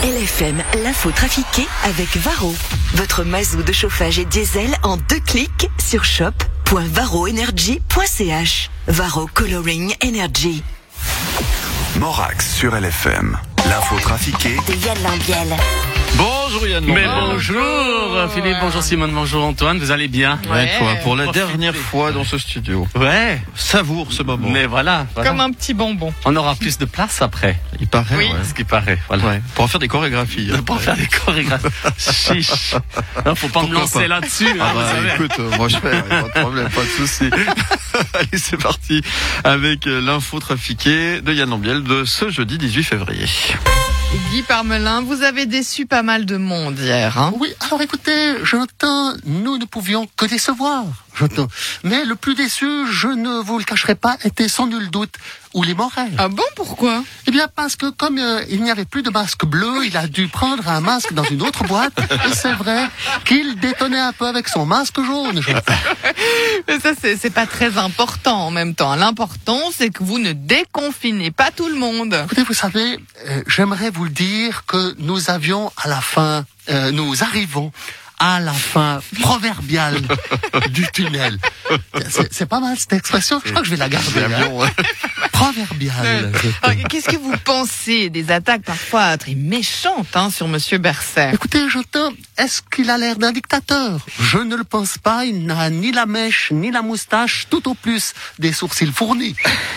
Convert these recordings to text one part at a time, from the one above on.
LFM, l'info trafiquée avec Varro. Votre mazou de chauffage et diesel en 2 clics sur shop.varroenergy.ch. Varro Coloring Energy. Morax sur LFM. L'info trafiquée de Yann Lambiel. Bonjour Yann. Mais bonjour Philippe, bonjour Simone, bonjour Antoine, vous allez bien? Ouais, toi, pour la dernière fois dans ce studio. Ouais. Savoure ce moment. Mais voilà. Comme un petit bonbon. On aura plus de place après. Il paraît, Oui. ouais. Ce qui paraît, voilà. Ouais. Pour en faire des chorégraphies. Pour faire des chorégraphies. Chiche. Non, faut pas me lancer pas là-dessus, hein, Ah vous savez. écoute, moi je fais, pas de problème, pas de souci. Allez, c'est parti avec l'info trafiquée de Yann Lambiel de ce jeudi 18 février. Guy Parmelin, vous avez déçu pas mal de monde hier, hein? Oui, alors écoutez, j'entends, nous ne pouvions que décevoir, j'entends. Mais le plus déçu, je ne vous le cacherai pas, était sans nul doute Uli Morel. Ah bon, pourquoi? Eh bien parce que comme il n'y avait plus de masque bleu, il a dû prendre un masque dans une autre boîte, et c'est vrai qu'il détonnait un peu avec son masque jaune. Mais ça, c'est pas très important en même temps. L'important, c'est que vous ne déconfinez pas tout le monde. Écoutez, vous savez, j'aimerais vous le dire que nous avions à la fin, nous arrivons à la fin proverbiale du tunnel. C'est pas mal cette expression, je crois que je vais la garder. Proverbiale. Alors, qu'est-ce que vous pensez des attaques parfois très méchantes sur Monsieur Berset? Écoutez, j'entends, est-ce qu'il a l'air d'un dictateur? Je ne le pense pas, il n'a ni la mèche, ni la moustache, tout au plus des sourcils fournis.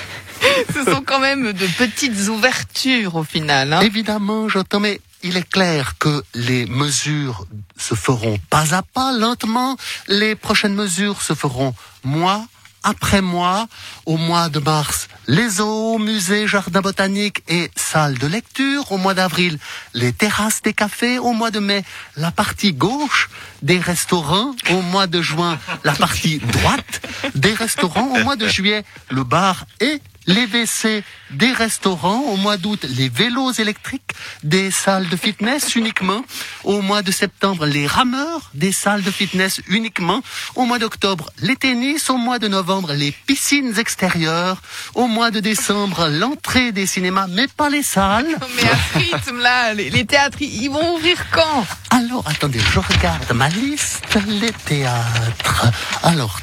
Ce sont quand même de petites ouvertures au final, hein? Évidemment, j'entends, mais il est clair que les mesures se feront pas à pas, lentement. Les prochaines mesures se feront mois après mois. Au mois de mars, les zoos, musées, jardins botaniques et salles de lecture. Au mois d'avril, les terrasses des cafés. Au mois de mai, la partie gauche des restaurants. Au mois de juin, la partie droite des restaurants. Au mois de juillet, le bar et les WC des restaurants. Au mois d'août, les vélos électriques des salles de fitness uniquement. Au mois de septembre, les rameurs des salles de fitness uniquement. Au mois d'octobre, les tennis. Au mois de novembre, les piscines extérieures. Au mois de décembre, l'entrée des cinémas, mais pas les salles. Mais à ce rythme-là, les théâtres, ils vont ouvrir quand? Alors, attendez, je regarde ma liste. Les théâtres. Alors,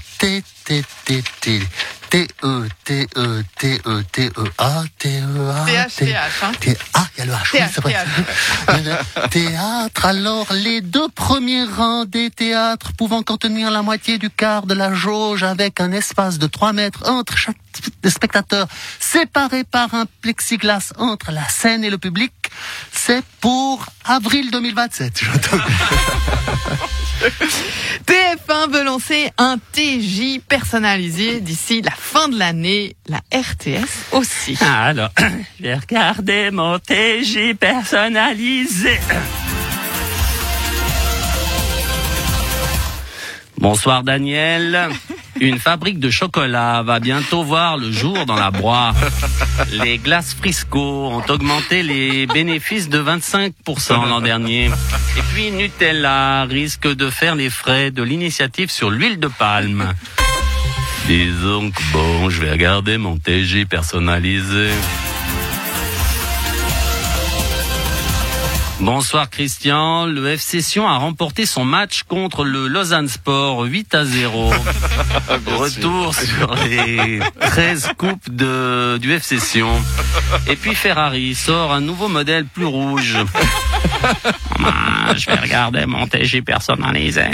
TH, hein? Ah, il y a le H, oui, c'est vrai. Théâtre, alors, les 2 premiers rangs des théâtres pouvant contenir la moitié du quart de la jauge avec un espace de 3 mètres entre chaque spectateur, séparé par un plexiglas entre la scène et le public, c'est pour avril 2027. TF1 veut lancer un TJ personnalisé d'ici la fin de l'année, la RTS aussi. Alors, je vais regarder mon TJ personnalisé. Bonsoir Daniel. Une fabrique de chocolat va bientôt voir le jour dans la Broye. Les glaces Frisco ont augmenté les bénéfices de 25% l'an dernier. Et puis Nutella risque de faire les frais de l'initiative sur l'huile de palme. Disons que bon, je vais regarder mon TJ personnalisé. Bonsoir Christian, le FC Sion a remporté son match contre le Lausanne Sport 8-0. Retour sur les 13 coupes du FC Sion. Et puis Ferrari sort un nouveau modèle plus rouge. Je vais regarder mon TG personnalisé.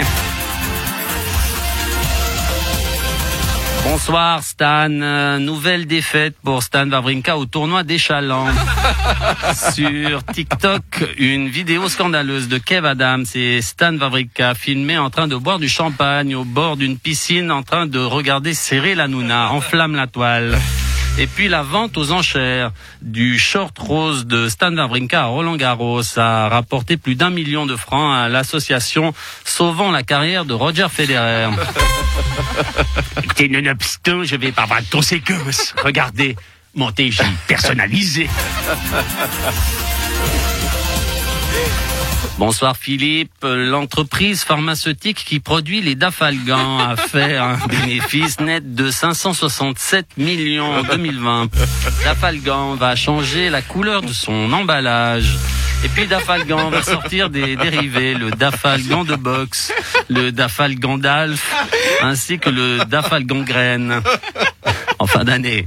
Bonsoir Stan, nouvelle défaite pour Stan Wawrinka au tournoi d'Échalant. Sur TikTok, une vidéo scandaleuse de Kev Adams et Stan Wawrinka filmé en train de boire du champagne au bord d'une piscine en train de regarder Cyril Hanouna enflamme la toile. Et puis la vente aux enchères du short rose de Stan Wawrinka à Roland-Garros a rapporté plus d'1 million de francs à l'association Sauvons la carrière de Roger Federer. Écoutez, nonobstant, je vais pas avoir de conséquences. Regardez mon TJ personnalisé. Bonsoir Philippe. L'entreprise pharmaceutique qui produit les Dafalgan a fait un bénéfice net de 567 millions en 2020. Dafalgan va changer la couleur de son emballage. Et puis Dafalgan va sortir des dérivés, le Dafalgan de boxe, le Dafalgan d'Alf, ainsi que le Dafalgan graine en fin d'année.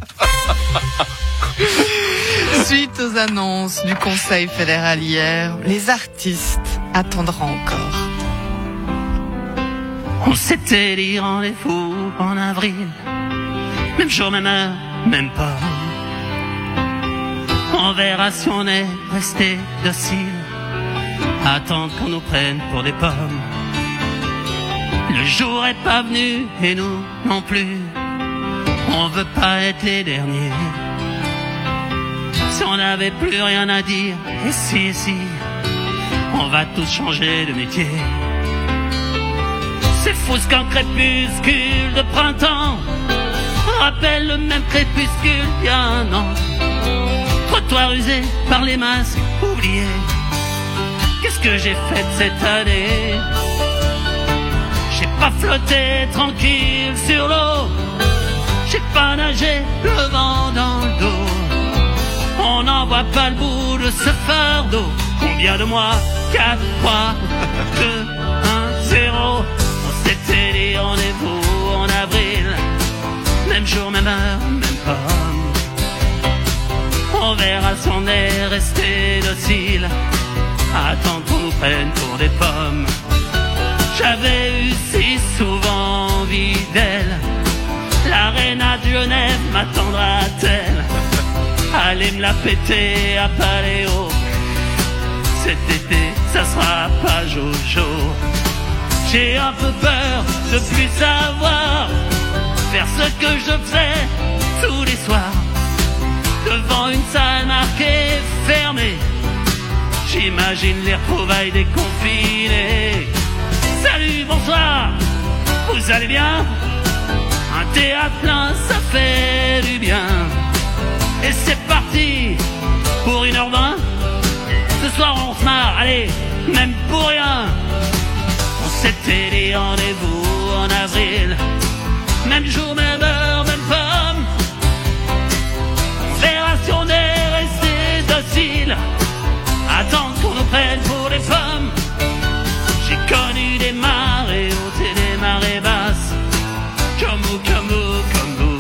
Suite aux annonces du Conseil fédéral hier, les artistes attendront encore. On s'était dit rendez-vous en avril, même jour, même heure, même pas. On verra si on est resté docile, attendre qu'on nous prenne pour des pommes. Le jour est pas venu et nous non plus, on veut pas être les derniers. Si on n'avait plus rien à dire, et si, on va tous changer de métier. C'est fou ce qu'un crépuscule de printemps rappelle le même crépuscule il y a un an. Trottoir usé par les masques oubliés. Qu'est-ce que j'ai fait de cette année? J'ai pas flotté tranquille sur l'eau, j'ai pas nagé le vent dans le dos. On n'en voit pas le bout de ce fardeau. Combien de mois? 4, 3, 2, 1, 0. On s'était dit rendez-vous en avril, même jour, même heure, même pomme. On verra si on est resté docile, attendre qu'on nous prenne pour des pommes. J'avais eu si souvent envie d'elle, l'aréna de Genève m'attendra-t-elle? Allez me la péter à Paléo, cet été ça sera pas Jojo. J'ai un peu peur de plus savoir faire ce que je faisais tous les soirs, devant une salle marquée fermée. J'imagine les retrouvailles des confinés. Salut, bonsoir, vous allez bien? Un théâtre plein, ça fait du bien. Et c'est parti pour 1h20. Ce soir on se marre, allez, même pour rien. On s'était dit rendez-vous en avril, même jour, même heure, même pomme. On verra si on est resté docile, attendre qu'on nous prenne pour des pommes. J'ai connu des marées hautes et des marées basses, comme vous, comme vous, comme vous.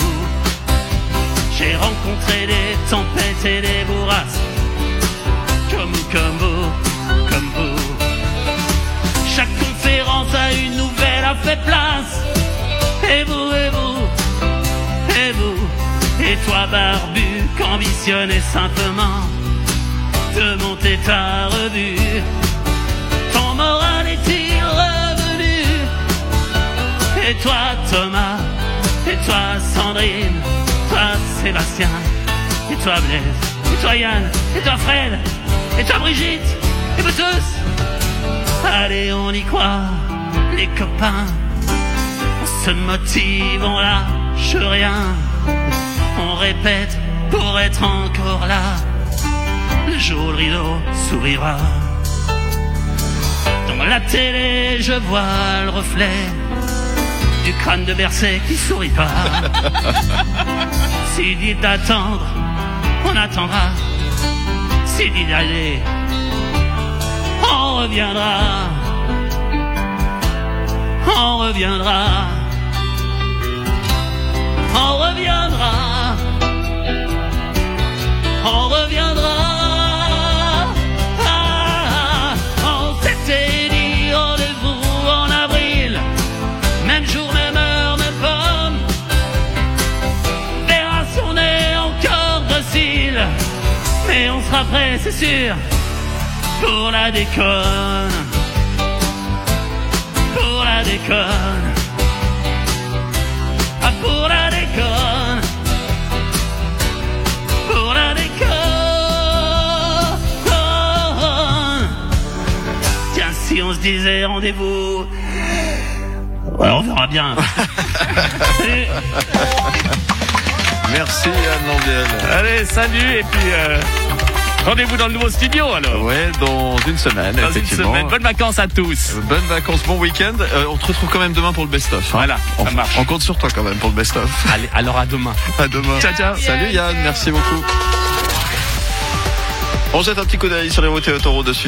J'ai rencontré des tempêtes et des bourrasques, comme vous, comme vous, comme vous. Chaque conférence à une nouvelle a fait place. Et vous, et vous, et vous, et toi barbu, qu'ambitionnais simplement de monter ta revue. Ton moral est-il revenu? Et toi Thomas, et toi Sandrine, toi Sébastien, et toi Blaise, et toi Yann, et toi Fred, et toi Brigitte, et vous tous. Allez, on y croit, les copains. On se motive, on lâche rien. On répète pour être encore là. Le jour le rideau s'ouvrira. Dans la télé, je vois le reflet du crâne de Bercé qui sourit pas. S'il dit d'attendre, on attendra. S'il dit d'aller, on reviendra. On reviendra. On reviendra. On reviendra. On s'était dit rendez-vous en avril, même jour, même heure, même pomme. Verra si on est encore docile, mais on sera prêt, c'est sûr, pour la déconne. Pour la déconne. Ah, pour la déconne. Pour la déconne. Tiens, si on se disait rendez-vous, ouais, on verra bien. Merci Yann Lambiel. Allez, salut, et puis Rendez-vous dans le nouveau studio alors. Ouais, dans une semaine, Dans une effectivement. semaine. Bonnes vacances à tous. Bonnes vacances, bon week-end. On te retrouve quand même demain pour le best-of. Voilà, ça marche. On compte sur toi quand même pour le best-of. Allez, alors à demain. À demain. Ciao, ciao. Salut Yann, merci beaucoup. On jette un petit coup d'œil sur les routes et autoroutes de